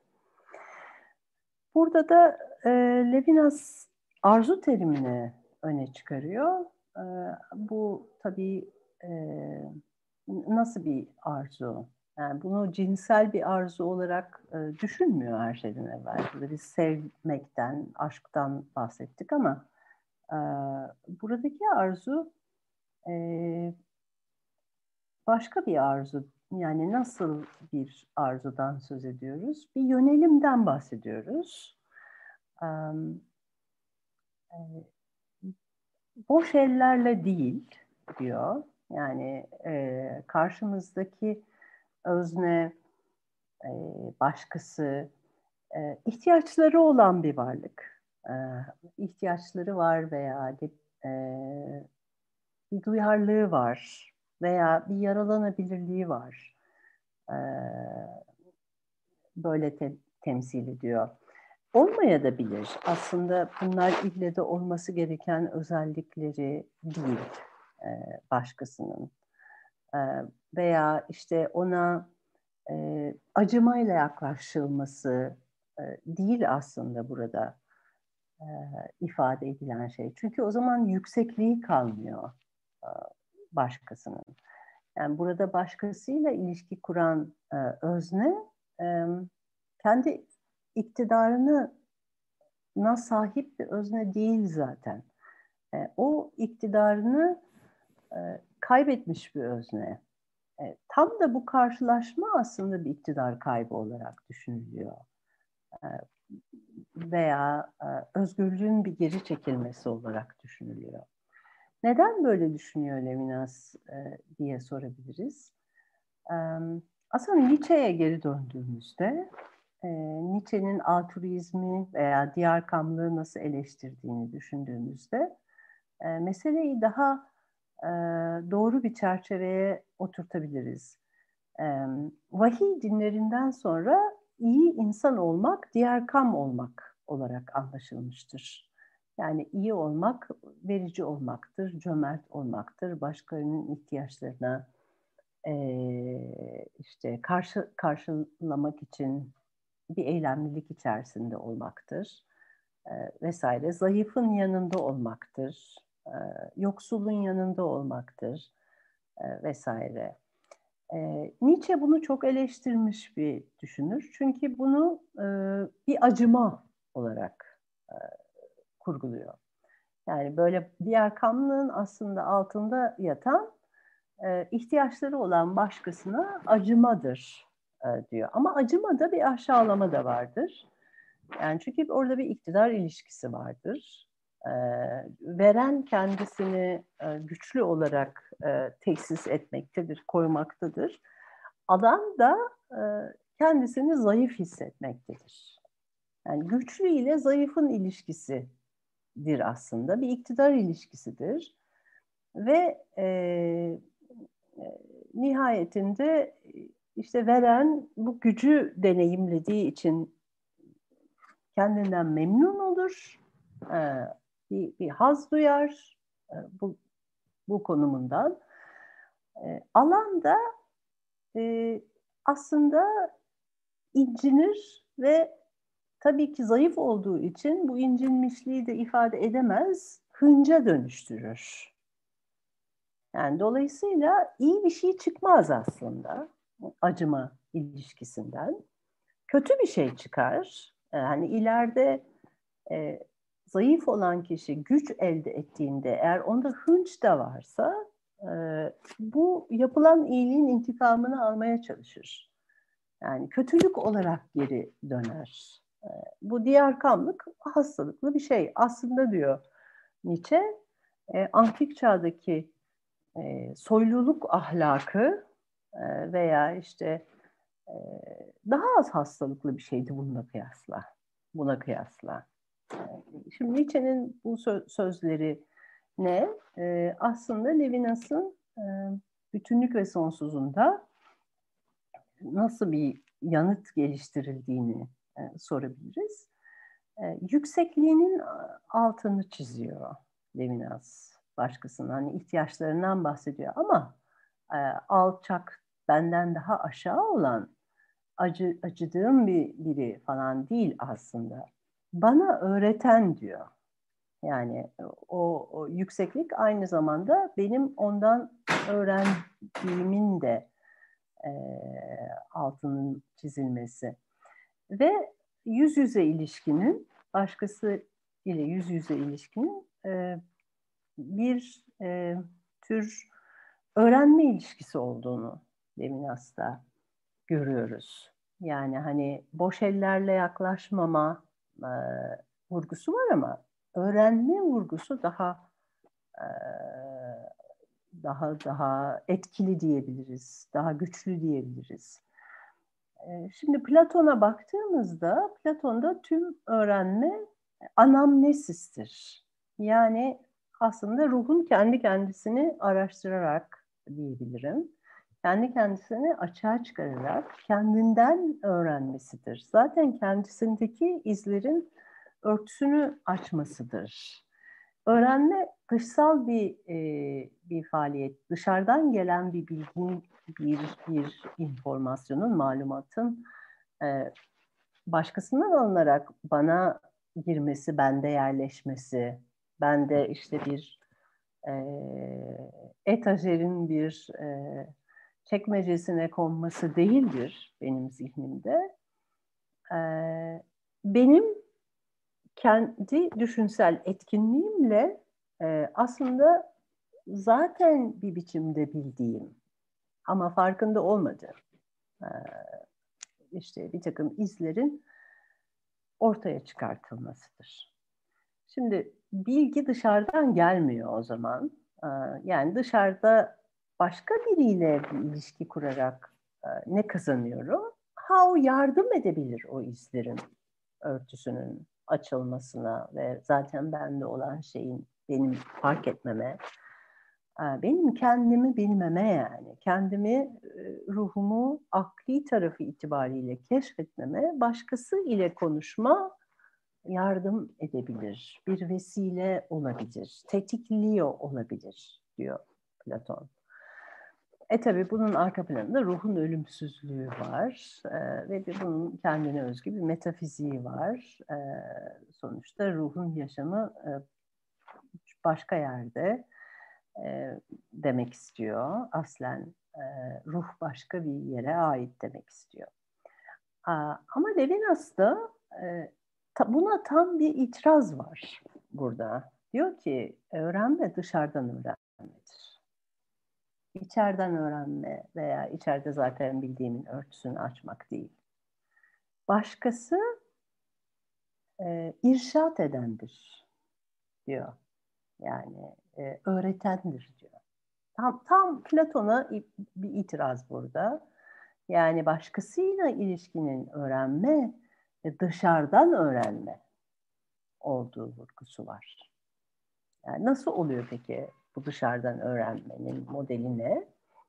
Burada da e, Levinas arzu terimini öne çıkarıyor. E, bu tabii e, nasıl bir arzu? Yani bunu cinsel bir arzu olarak e, düşünmüyor her şeyden evvel. Burada biz sevmekten, aşktan bahsettik ama e, buradaki arzu e, başka bir arzu. Yani nasıl bir arzudan söz ediyoruz? Bir yönelimden bahsediyoruz. Um, e, boş ellerle değil diyor. Yani e, karşımızdaki özne, e, başkası, e, ihtiyaçları olan bir varlık. E, ihtiyaçları var veya de, e, bir duyarlılığı var veya bir yaralanabilirliği var. E, böyle te- temsil ediyor. Olmaya da bilir. Aslında bunlar ille de olması gereken özellikleri değil e, başkasının. E, veya işte ona e, acımayla yaklaşılması e, değil aslında burada e, ifade edilen şey. Çünkü o zaman yüksekliği kalmıyor e, başkasının. Yani burada başkasıyla ilişki kuran e, özne e, kendi iktidarına sahip bir özne değil zaten. E, o iktidarını e, kaybetmiş bir özne. E, tam da bu karşılaşma aslında bir iktidar kaybı olarak düşünülüyor. E, veya e, özgürlüğün bir geri çekilmesi olarak düşünülüyor. Neden böyle düşünüyor Levinas e, diye sorabiliriz. E, aslında Nietzsche'ye geri döndüğümüzde e, Nietzsche'nin altruizmi veya diyarkamlığı nasıl eleştirdiğini düşündüğümüzde e, meseleyi daha e, doğru bir çerçeveye oturtabiliriz. E, vahiy dinlerinden sonra iyi insan olmak, diyarkam olmak olarak anlaşılmıştır. Yani iyi olmak, verici olmaktır, cömert olmaktır, başkalarının ihtiyaçlarına e, işte karşı karşılamak için bir eylemlilik içerisinde olmaktır e, vesaire. Zayıfın yanında olmaktır, e, yoksulun yanında olmaktır e, vesaire. E, Nietzsche bunu çok eleştirmiş bir düşünür. Çünkü bunu e, bir acıma olarak e, kurguluyor. Yani böyle diğer kamlığın aslında altında yatan e, ihtiyaçları olan başkasına acımadır. e, diyor. Ama acımada bir aşağılama da vardır. Yani çünkü orada bir iktidar ilişkisi vardır. E, veren kendisini e, güçlü olarak e, tesis etmektedir, koymaktadır. Alan da e, kendisini zayıf hissetmektedir. Yani güçlü ile zayıfın ilişkisidir aslında. Bir iktidar ilişkisidir. Ve e, e, nihayetinde işte veren bu gücü deneyimlediği için kendinden memnun olur, e, bir, bir haz duyar e, bu, bu konumundan. E, alan da e, aslında incinir ve tabii ki zayıf olduğu için bu incinmişliği de ifade edemez, hınca dönüştürür. Yani dolayısıyla iyi bir şey çıkmaz aslında acıma ilişkisinden. Kötü bir şey çıkar. Yani ileride e, zayıf olan kişi güç elde ettiğinde eğer onda hınç da varsa e, bu yapılan iyiliğin intikamını almaya çalışır. Yani kötülük olarak geri döner. E, bu diyarkamlık hastalıklı bir şey. Aslında diyor Nietzsche, e, antik çağdaki e, soyluluk ahlakı e, veya işte e, daha az hastalıklı bir şeydi bununla kıyasla. Buna kıyasla. E, şimdi Nietzsche'nin bu sö- sözleri ne? E, aslında Levinas'ın e, bütünlük ve sonsuzunda nasıl bir yanıt geliştirildiğini e, sorabiliriz. E, yüksekliğinin altını çiziyor Levinas başkasının. Hani ihtiyaçlarından bahsediyor ama e, alçak, benden daha aşağı olan acı, acıdığım bir biri falan değil aslında. Bana öğreten diyor. Yani o, o yükseklik aynı zamanda benim ondan öğrendiğimin de e, altının çizilmesi. Ve yüz yüze ilişkinin, başkası ile yüz yüze ilişkinin e, bir e, tür öğrenme ilişkisi olduğunu Levinas'ta görüyoruz. Yani hani boş ellerle yaklaşmama e, vurgusu var ama öğrenme vurgusu daha e, daha daha etkili diyebiliriz, daha güçlü diyebiliriz. E, şimdi Platon'a baktığımızda Platon'da tüm öğrenme anamnesistir. Yani aslında ruhun kendi kendisini araştırarak diyebilirim. Kendi kendisini açığa çıkararak kendinden öğrenmesidir. Zaten kendisindeki izlerin örtüsünü açmasıdır. Öğrenme dışsal bir e, bir faaliyet, dışarıdan gelen bir bilginin, bir bir informasyonun, malumatın e, başkasından alınarak bana girmesi, bende yerleşmesi, bende işte bir e, etajerin bir e, çekmecesine konması değildir benim zihnimde. E, benim kendi düşünsel etkinliğimle e, aslında zaten bir biçimde bildiğim ama farkında olmadığım e, işte bir takım izlerin ortaya çıkartılmasıdır. Şimdi bilgi dışarıdan gelmiyor o zaman. E, yani dışarıda başka biriyle bir ilişki kurarak e, ne kazanıyorum? Ha o yardım edebilir o izlerin örtüsünün açılmasına ve zaten bende olan şeyin benim fark etmeme, benim kendimi bilmeme yani, kendimi, ruhumu akli tarafı itibariyle keşfetmeme, başkası ile konuşma yardım edebilir, bir vesile olabilir, tetikliyor olabilir diyor Platon. E tabi bunun arka planında ruhun ölümsüzlüğü var e, ve de bunun kendine özgü bir metafiziği var. E, sonuçta ruhun yaşamı e, başka yerde e, demek istiyor. Aslen e, ruh başka bir yere ait demek istiyor. A, ama Levinas'ta e, ta, buna tam bir itiraz var burada. Diyor ki öğrenme dışarıdan öğrenmedir. içeriden öğrenme veya içeride zaten bildiğimin örtüsünü açmak değil. Başkası e, irşat edendir diyor. Yani e, öğretendir diyor. Tam, tam Platon'a bir itiraz burada. Yani başkasıyla ilişkinin öğrenme ve dışarıdan öğrenme olduğu vurgusu var. Yani nasıl oluyor peki bu dışarıdan öğrenmenin modeli ne?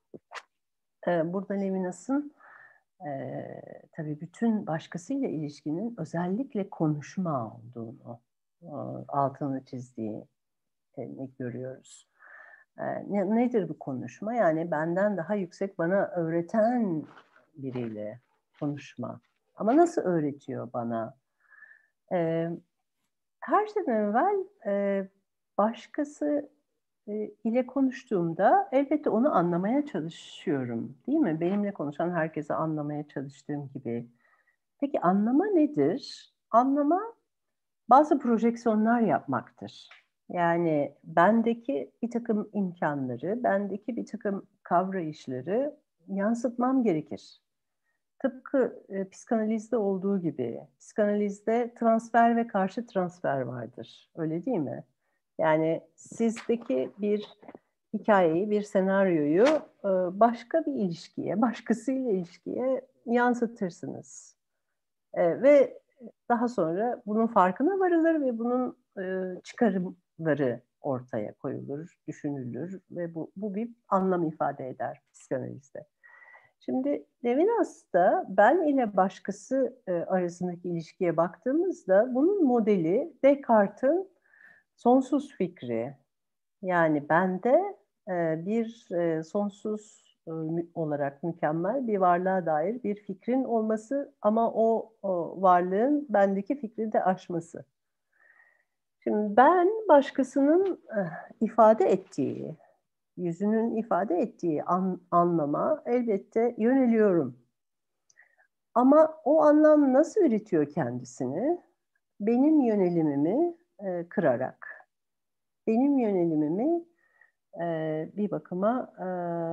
Ee, burada Levinas'ın e, tabii bütün başkasıyla ilişkinin özellikle konuşma olduğunu e, altını çizdiğini görüyoruz. E, ne, nedir bu konuşma? Yani benden daha yüksek bana öğreten biriyle konuşma. Ama nasıl öğretiyor bana? E, her şeyden evvel e, başkası e, ile konuştuğumda elbette onu anlamaya çalışıyorum, değil mi? Benimle konuşan herkese anlamaya çalıştığım gibi. Peki anlama nedir? Anlama bazı projeksiyonlar yapmaktır. Yani bendeki bir takım imkanları, bendeki bir takım kavrayışları yansıtmam gerekir. Tıpkı e, psikanalizde olduğu gibi, psikanalizde transfer ve karşı transfer vardır. Öyle değil mi? Yani sizdeki bir hikayeyi, bir senaryoyu e, başka bir ilişkiye, başkasıyla ilişkiye yansıtırsınız. E, ve daha sonra bunun farkına varılır ve bunun e, çıkarımları ortaya koyulur, düşünülür ve bu, bu bir anlam ifade eder psikanalizde. Şimdi Levinas'ta ben ile başkası e, arasındaki ilişkiye baktığımızda bunun modeli Descartes'in sonsuz fikri. Yani bende e, bir e, sonsuz e, olarak mükemmel bir varlığa dair bir fikrin olması ama o, o varlığın bendeki fikri de aşması. Şimdi ben başkasının e, ifade ettiği, yüzünün ifade ettiği an, anlama elbette yöneliyorum. Ama o anlam nasıl üretiyor kendisini? Benim yönelimimi e, kırarak, benim yönelimimi e, bir bakıma e,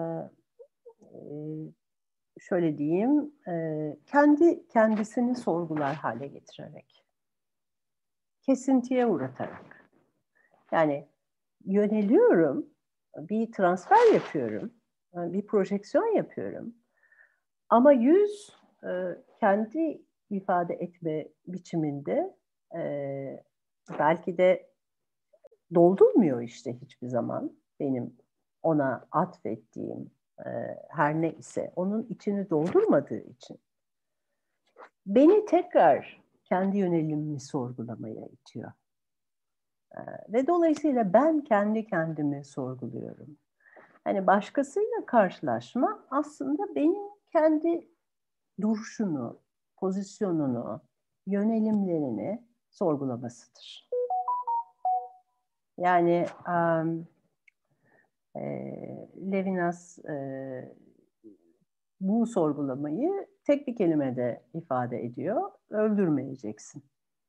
şöyle diyeyim, e, kendi kendisini sorgular hale getirerek, kesintiye uğratarak. Yani yöneliyorum, bir transfer yapıyorum, bir projeksiyon yapıyorum. Ama yüz e, kendi ifade etme biçiminde e, belki de doldurmuyor işte hiçbir zaman benim ona atfettiğim e, her ne ise onun içini doldurmadığı için beni tekrar kendi yönelimimi sorgulamaya itiyor. E, ve dolayısıyla ben kendi kendimi sorguluyorum. Hani başkasıyla karşılaşma aslında benim kendi duruşunu, pozisyonunu, yönelimlerini sorgulamasıdır. Yani um, e, Levinas e, bu sorgulamayı tek bir kelimede ifade ediyor. Öldürmeyeceksin.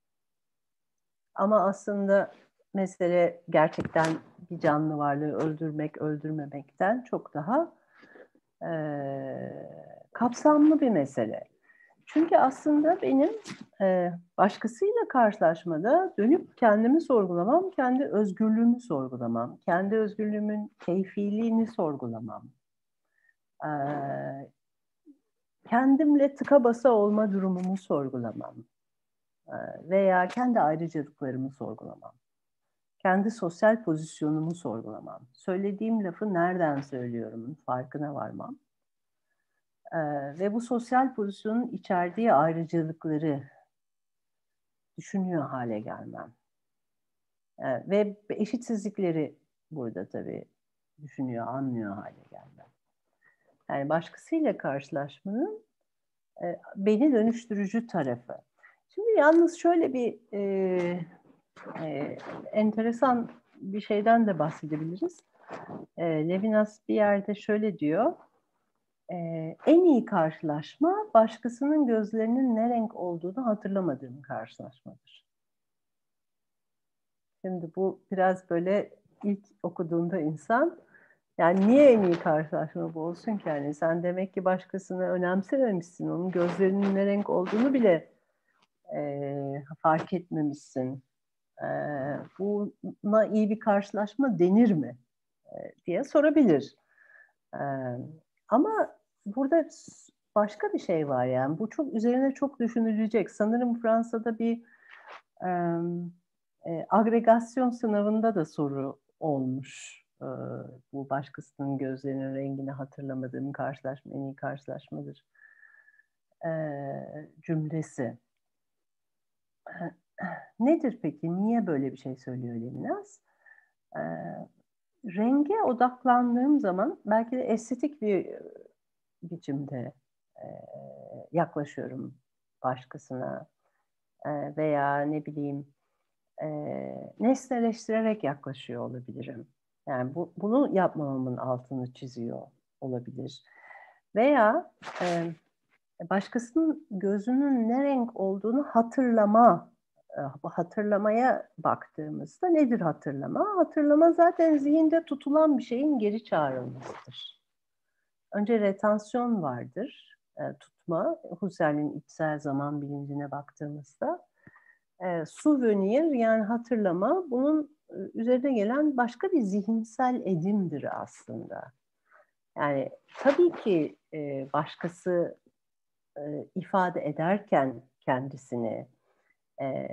Ama aslında mesele gerçekten bir canlı varlığı öldürmek, öldürmemekten çok daha e, kapsamlı bir mesele. Çünkü aslında benim e, başkasıyla karşılaşmada dönüp kendimi sorgulamam, kendi özgürlüğümü sorgulamam, kendi özgürlüğümün keyfiliğini sorgulamam, e, kendimle tıka basa olma durumumu sorgulamam e, veya kendi ayrıcalıklarımı sorgulamam, kendi sosyal pozisyonumu sorgulamam, söylediğim lafı nereden söylüyorum farkına varmam. Ee, ve bu sosyal pozisyonun içerdiği ayrıcalıkları düşünüyor hale gelmem. Ee, ve eşitsizlikleri burada tabii düşünüyor, anlıyor hale gelmem. Yani başkasıyla karşılaşmanın e, beni dönüştürücü tarafı. Şimdi yalnız şöyle bir e, e, enteresan bir şeyden de bahsedebiliriz. E, Levinas bir yerde şöyle diyor. Ee, en iyi karşılaşma başkasının gözlerinin ne renk olduğunu hatırlamadığım karşılaşmadır. Şimdi bu biraz böyle ilk okuduğunda insan Yani niye en iyi karşılaşma bu olsun ki? Yani sen demek ki başkasını önemsememişsin. Onun gözlerinin ne renk olduğunu bile e, fark etmemişsin. E, buna iyi bir karşılaşma denir mi? E, diye sorabilir. E, ama burada başka bir şey var yani. Bu çok üzerine çok düşünülecek. Sanırım Fransa'da bir e, e, agregasyon sınavında da soru olmuş. E, bu başkasının gözlerinin rengini hatırlamadığım karşılaşma en iyi karşılaşmadır e, cümlesi. Nedir peki? Niye böyle bir şey söylüyor Levinas? E, renge odaklandığım zaman belki de estetik bir biçimde e, yaklaşıyorum başkasına e, veya ne bileyim e, nesneleştirerek yaklaşıyor olabilirim. Yani bu, bunu yapmamamın altını çiziyor olabilir. Veya e, başkasının gözünün ne renk olduğunu hatırlama, e, hatırlamaya baktığımızda nedir hatırlama? Hatırlama zaten zihinde tutulan bir şeyin geri çağrılmasıdır. Önce retansiyon vardır, e, tutma. Husserl'in içsel zaman bilincine baktığımızda e, souvenir yani hatırlama bunun e, üzerine gelen başka bir zihinsel edimdir aslında. Yani tabii ki e, başkası e, ifade ederken kendisini e,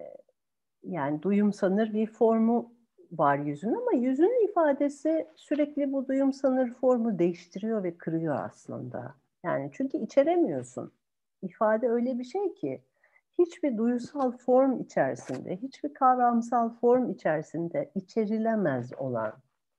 yani duyumsanır bir formu var yüzün ama yüzün ifadesi sürekli bu duyumsanır formu değiştiriyor ve kırıyor aslında. Yani çünkü içeremiyorsun. İfade öyle bir şey ki hiçbir duyusal form içerisinde, hiçbir kavramsal form içerisinde içerilemez olan.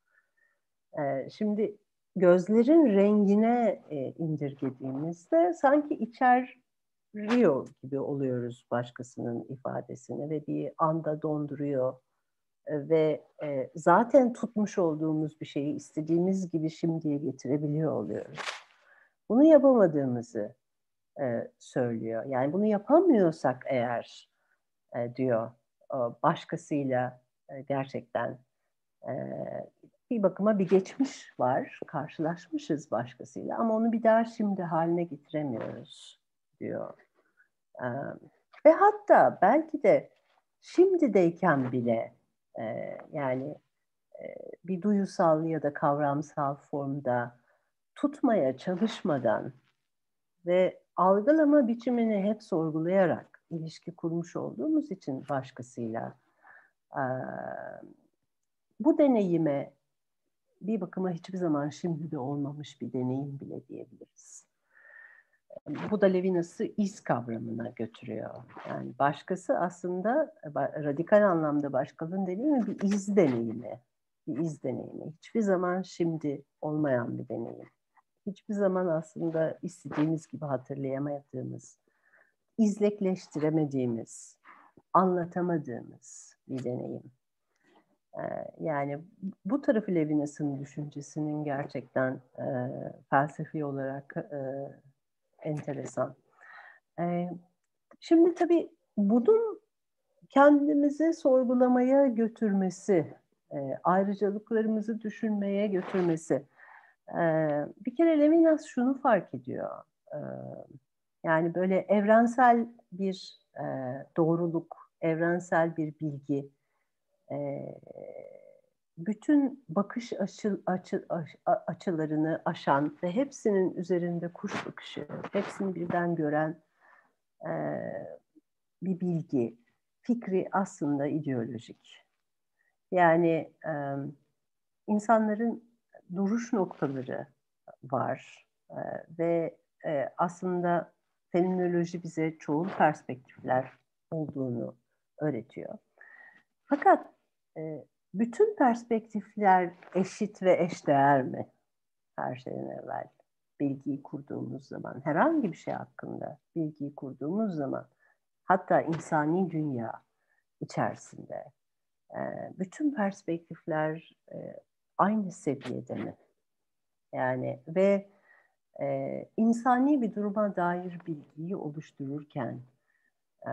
Ee, şimdi gözlerin rengine e, indirgediğimizde sanki içeriyor gibi oluyoruz başkasının ifadesini ve bir anda donduruyor e, ve e, zaten tutmuş olduğumuz bir şeyi istediğimiz gibi şimdiye getirebiliyor oluyoruz. Bunu yapamadığımızı e, söylüyor. Yani bunu yapamıyorsak eğer e, diyor başkasıyla e, gerçekten e, bir bakıma bir geçmiş var, karşılaşmışız başkasıyla ama onu bir daha şimdi haline getiremiyoruz diyor. E, ve hatta belki de şimdideyken bile e, yani e, bir duyusal ya da kavramsal formda tutmaya çalışmadan ve algılama biçimini hep sorgulayarak ilişki kurmuş olduğumuz için başkasıyla e, bu deneyime bir bakıma hiçbir zaman şimdi de olmamış bir deneyim bile diyebiliriz. Bu da Levinas'ı iz kavramına götürüyor. Yani başkası aslında radikal anlamda başkalığın deneyimi bir iz deneyimi. Bir iz deneyimi. Hiçbir zaman şimdi olmayan bir deneyim. Hiçbir zaman aslında istediğimiz gibi hatırlayamadığımız, izlekleştiremediğimiz, anlatamadığımız bir deneyim. Yani bu tarafı Levinas'ın düşüncesinin gerçekten e, felsefi olarak e, enteresan. E, şimdi tabii bunun kendimizi sorgulamaya götürmesi, e, ayrıcalıklarımızı düşünmeye götürmesi. E, bir kere Levinas şunu fark ediyor. E, yani böyle evrensel bir e, doğruluk, evrensel bir bilgi, e, bütün bakış açı, açı, açılarını aşan ve hepsinin üzerinde kuş bakışı, hepsini birden gören e, bir bilgi, fikri aslında ideolojik. Yani e, insanların duruş noktaları var e, ve e, aslında fenomenoloji bize çoğul perspektifler olduğunu öğretiyor. Fakat e, bütün perspektifler eşit ve eşdeğer mi? Her şeyden evvel bilgiyi kurduğumuz zaman, herhangi bir şey hakkında bilgiyi kurduğumuz zaman, hatta insani dünya içerisinde e, bütün perspektifler e, aynı seviyede mi? Yani ve e, insani bir duruma dair bilgiyi oluştururken e,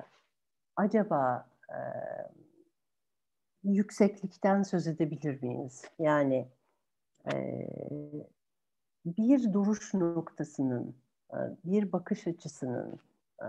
acaba e, yükseklikten söz edebilir miyiz? Yani e, bir duruş noktasının, e, bir bakış açısının, e,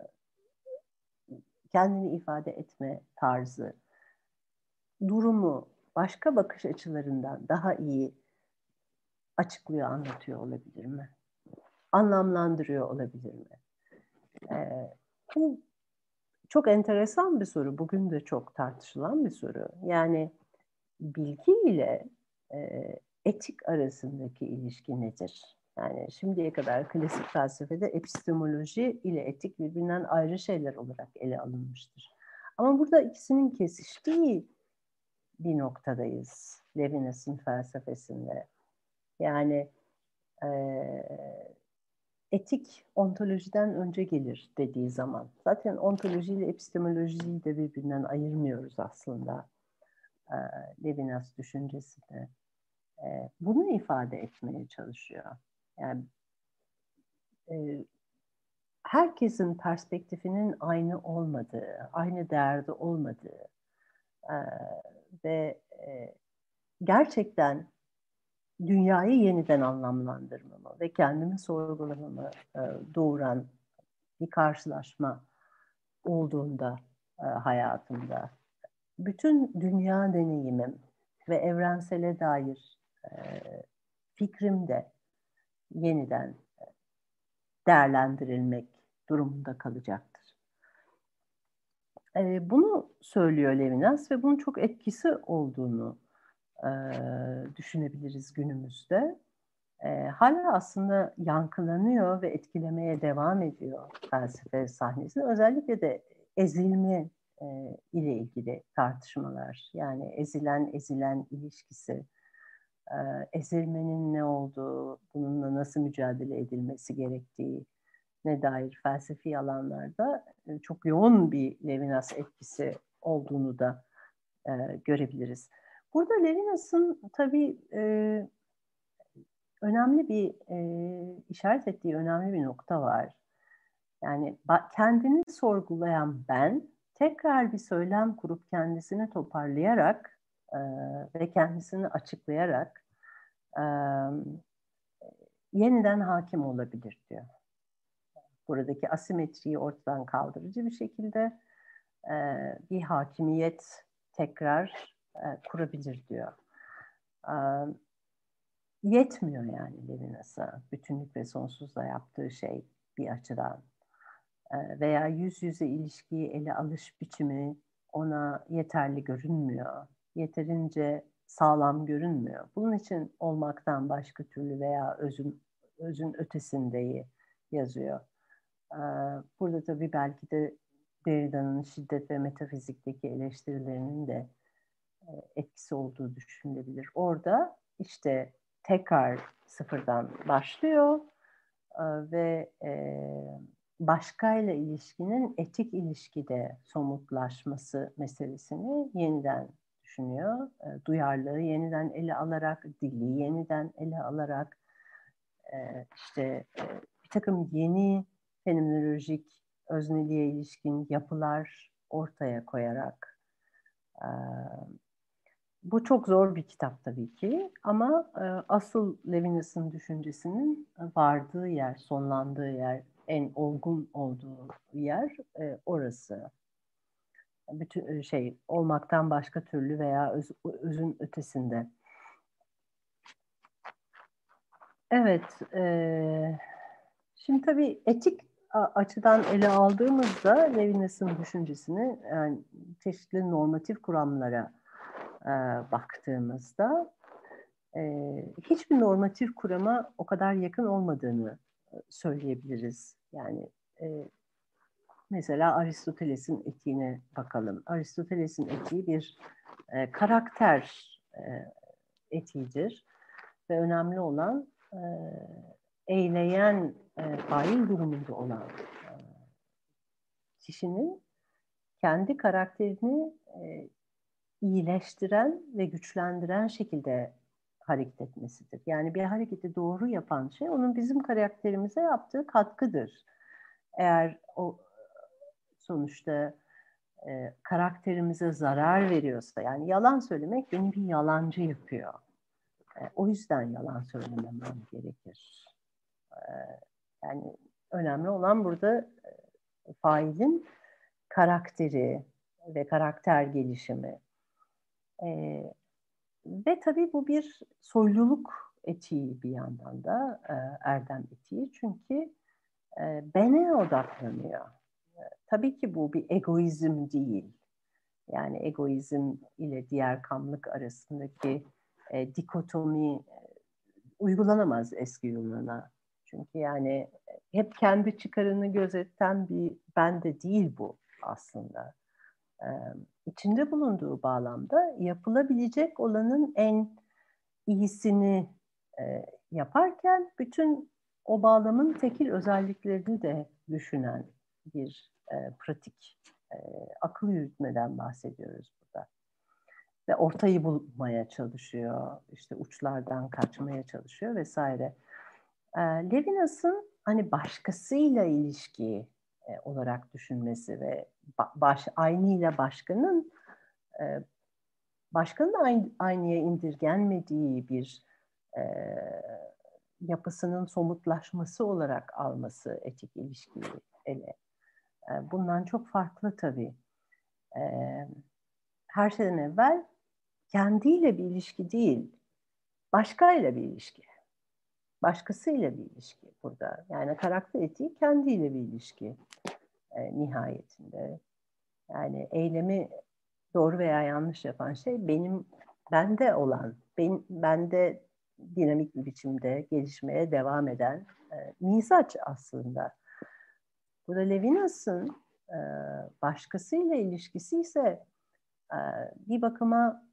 kendini ifade etme tarzı, durumu başka bakış açılarından daha iyi açıklıyor, anlatıyor olabilir mi? Anlamlandırıyor olabilir mi? Ee, bu çok enteresan bir soru. Bugün de çok tartışılan bir soru. Yani bilgi ile e, etik arasındaki ilişki nedir? Yani şimdiye kadar klasik felsefede epistemoloji ile etik birbirinden ayrı şeyler olarak ele alınmıştır. Ama burada ikisinin kesiştiği bir noktadayız Levinas'ın felsefesinde. Yani e, etik ontolojiden önce gelir dediği zaman. Zaten ontolojiyle epistemolojiyi de birbirinden ayırmıyoruz aslında e, Levinas düşüncesinde. E, bunu ifade etmeye çalışıyor. Yani e, herkesin perspektifinin aynı olmadığı, aynı değerde olmadığı e, ve e, gerçekten dünyayı yeniden anlamlandırmamı ve kendimi sorgulamamı e, doğuran bir karşılaşma olduğunda e, hayatımda bütün dünya deneyimim ve evrensele dair e, fikrim de yeniden değerlendirilmek durumunda kalacaktır. E, bunu söylüyor Levinas ve bunun çok etkisi olduğunu e, düşünebiliriz günümüzde. E, hala aslında yankılanıyor ve etkilemeye devam ediyor felsefe sahnesinde. Özellikle de ezilme e, ile ilgili tartışmalar. Yani ezilen ezilen ilişkisi, e, ezilmenin ne olduğu, bununla nasıl mücadele edilmesi gerektiği ne dair felsefi alanlarda e, çok yoğun bir Levinas etkisi olduğunu da e, görebiliriz. Burada Levinas'ın tabii e, önemli bir e, işaret ettiği önemli bir nokta var. Yani kendini sorgulayan ben tekrar bir söylem kurup kendisini toparlayarak e, ve kendisini açıklayarak e, yeniden hakim olabilir diyor. Buradaki asimetriyi ortadan kaldırıcı bir şekilde e, bir hakimiyet tekrar e, kurabilir diyor. E, Yetmiyor yani Levinas'a bütünlük ve sonsuzla yaptığı şey bir açıdan. Veya yüz yüze ilişkiyi ele alış biçimi ona yeterli görünmüyor. Yeterince sağlam görünmüyor. Bunun için olmaktan başka türlü veya özün, özün ötesindeyi yazıyor. Burada tabii belki de Derrida'nın şiddet ve metafizikteki eleştirilerinin de etkisi olduğu düşünülebilir. Orada işte tekrar sıfırdan başlıyor ve başkayla ilişkinin etik ilişkide somutlaşması meselesini yeniden düşünüyor. Duyarlılığı yeniden ele alarak, dili yeniden ele alarak işte bir takım yeni fenomenolojik özneliğe ilişkin yapılar ortaya koyarak. Bu çok zor bir kitap tabii ki ama asıl Levinas'ın düşüncesinin vardığı yer, sonlandığı yer, en olgun olduğu yer orası. Bütün şey olmaktan başka türlü veya öz, özün ötesinde. Evet, e, şimdi tabii etik açıdan ele aldığımızda Levinas'ın düşüncesini yani çeşitli normatif kuramlara e, baktığımızda e, hiçbir normatif kurama o kadar yakın olmadığını söyleyebiliriz. Yani e, mesela Aristoteles'in etiğine bakalım. Aristoteles'in etiği bir e, karakter e, etiğidir ve önemli olan e, eyleyen, e, fail durumunda olan e, kişinin kendi karakterini e, iyileştiren ve güçlendiren şekilde hareket etmesidir. Yani bir hareketi doğru yapan şey onun bizim karakterimize yaptığı katkıdır. Eğer o sonuçta e, karakterimize zarar veriyorsa, yani yalan söylemek beni bir yalancı yapıyor. O yüzden yalan söylememem gerekir. Yani önemli olan burada failin karakteri ve karakter gelişimi. Ee, ve tabii bu bir soyluluk etiği bir yandan da e, erdem etiği. Çünkü e, bene odaklanıyor. E, tabii ki bu bir egoizm değil. Yani egoizm ile diğer kamlık arasındaki e, dikotomi e, uygulanamaz eski Yunan'a. Çünkü yani hep kendi çıkarını gözeten bir bende değil bu aslında. Ee, içinde bulunduğu bağlamda yapılabilecek olanın en iyisini e, yaparken bütün o bağlamın tekil özelliklerini de düşünen bir e, pratik e, akıl yürütmeden bahsediyoruz burada. Ve ortayı bulmaya çalışıyor, işte uçlardan kaçmaya çalışıyor vesaire. E, Levinas'ın hani başkasıyla ilişki e, olarak düşünmesi ve baş, aynıyla başkanın e, başkanın aynı, aynıya indirgenmediği bir e, yapısının somutlaşması olarak alması etik ilişkiyi ele. E, bundan çok farklı tabii. E, her şeyden evvel kendiyle bir ilişki değil, başkayla bir ilişki. Başkasıyla bir ilişki burada. Yani karakter etiği kendiyle bir ilişki e, nihayetinde. Yani eylemi doğru veya yanlış yapan şey benim bende olan, ben, bende dinamik bir biçimde gelişmeye devam eden e, mizaç aslında. Burada Levinas'ın e, başkasıyla ilişkisi ise e, bir bakıma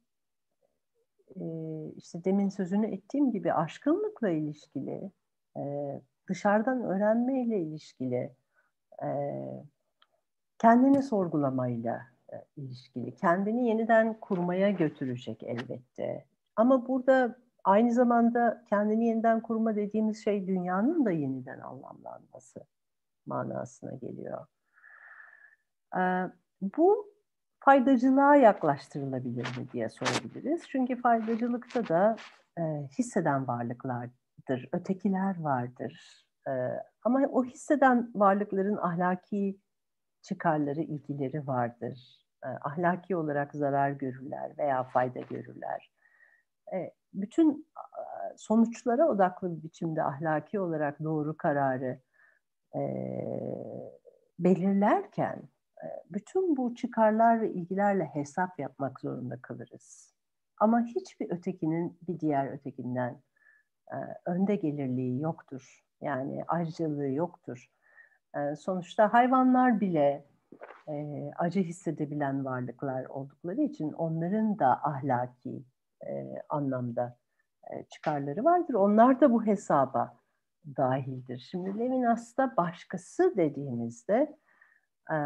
e, işte demin sözünü ettiğim gibi aşkınlıkla ilişkili, e, dışarıdan öğrenmeyle ilişkili, e, kendini sorgulamayla e, ilişkili, kendini yeniden kurmaya götürecek elbette. Ama burada aynı zamanda kendini yeniden kurma dediğimiz şey dünyanın da yeniden anlamlanması manasına geliyor. E, bu faydacılığa yaklaştırılabilir mi diye sorabiliriz. Çünkü faydacılıkta da e, hisseden varlıklardır, ötekiler vardır. E, ama o hisseden varlıkların ahlaki çıkarları, ilgileri vardır. E, ahlaki olarak zarar görürler veya fayda görürler. E, bütün e, sonuçlara odaklı bir biçimde ahlaki olarak doğru kararı e, belirlerken e, bütün bu çıkarlar ve ilgilerle hesap yapmak zorunda kalırız. Ama hiçbir ötekinin bir diğer ötekinden e, önde gelirliği yoktur. Yani ayrıcalığı yoktur. E, sonuçta hayvanlar bile e, acı hissedebilen varlıklar oldukları için onların da ahlaki e, anlamda e, çıkarları vardır. Onlar da bu hesaba dahildir. Şimdi Levinas'ta başkası dediğimizde e,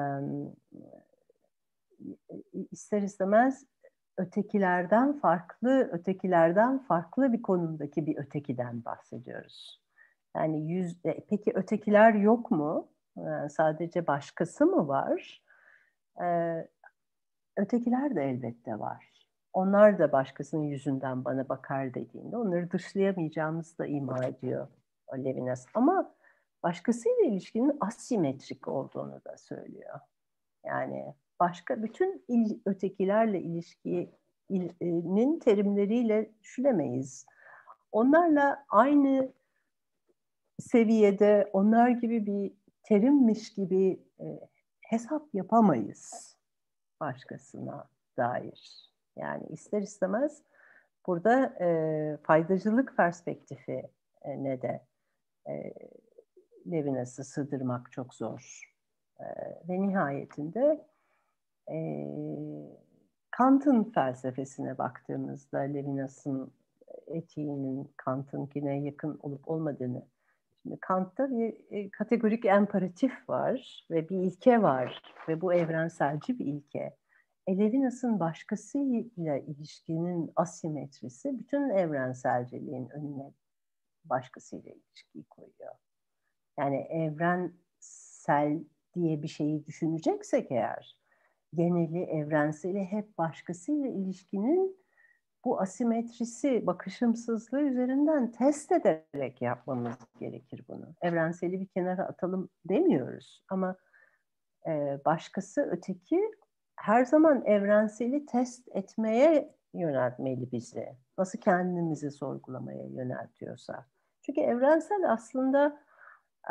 ister istemez ötekilerden farklı, ötekilerden farklı bir konumdaki bir ötekiden bahsediyoruz. Yani yüz, e, peki ötekiler yok mu? Yani sadece başkası mı var? Ee, ötekiler de elbette var. Onlar da başkasının yüzünden bana bakar dediğinde onları dışlayamayacağımızı da ima ediyor Levinas. Ama başkasıyla ilişkinin asimetrik olduğunu da söylüyor. Yani başka bütün il, ötekilerle ilişkinin terimleriyle düşünemeyiz. Onlarla aynı seviyede, onlar gibi bir terimmiş gibi e, hesap yapamayız başkasına dair. Yani ister istemez burada e, faydacılık perspektifi e, ne de e, Levinas'ı sığdırmak çok zor. E, ve nihayetinde e, Kant'ın felsefesine baktığımızda Levinas'ın etiğinin Kant'ınkine yakın olup olmadığını. Şimdi Kant'ta bir e, kategorik emperatif var ve bir ilke var ve bu evrenselci bir ilke. E, Levinas'ın başkasıyla ilişkinin asimetrisi bütün evrenselciliğin önüne başkasıyla ilişkiyi koyuyor. Yani evrensel diye bir şeyi düşüneceksek eğer, geneli, evrenseli hep başkasıyla ilişkinin bu asimetrisi, bakışımsızlığı üzerinden test ederek yapmamız gerekir bunu. Evrenseli bir kenara atalım demiyoruz ama e, başkası, öteki her zaman evrenseli test etmeye yöneltmeli bizi. Nasıl kendimizi sorgulamaya yöneltiyorsa. Çünkü evrensel aslında e,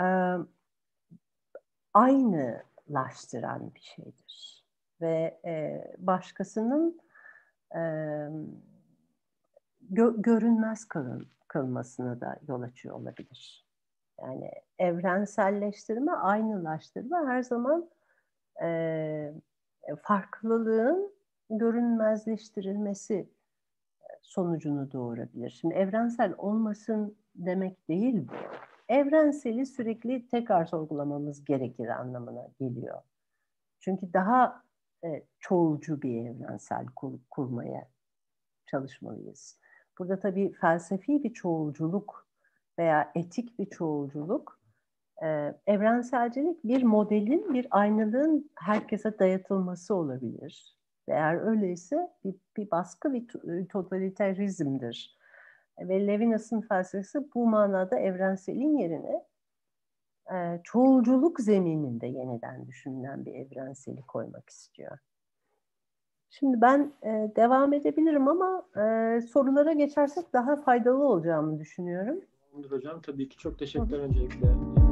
aynılaştıran bir şeydir. Ve e, başkasının e, gö- görünmez kılın, kılmasına da yol açıyor olabilir. Yani evrenselleştirme, aynılaştırma her zaman e, farklılığın görünmezleştirilmesi sonucunu doğurabilir. Şimdi evrensel olmasın demek değil bu. Evrenseli sürekli tekrar sorgulamamız gerekir anlamına geliyor. Çünkü daha e, çoğulcu bir evrensel kur, kurmaya çalışmalıyız. Burada tabii felsefi bir çoğulculuk veya etik bir çoğulculuk, e, evrenselcilik bir modelin, bir aynalığın herkese dayatılması olabilir. Eğer öyleyse bir, bir baskı, bir totaliterizmdir. Ve Levinas'ın felsefesi bu manada evrenselin yerine e, çoğulculuk zemininde yeniden düşünülen bir evrenseli koymak istiyor. Şimdi ben e, devam edebilirim ama e, sorulara geçersek daha faydalı olacağımı düşünüyorum. Tamamdır hocam. Tabii ki çok Hı teşekkürler hı. öncelikle.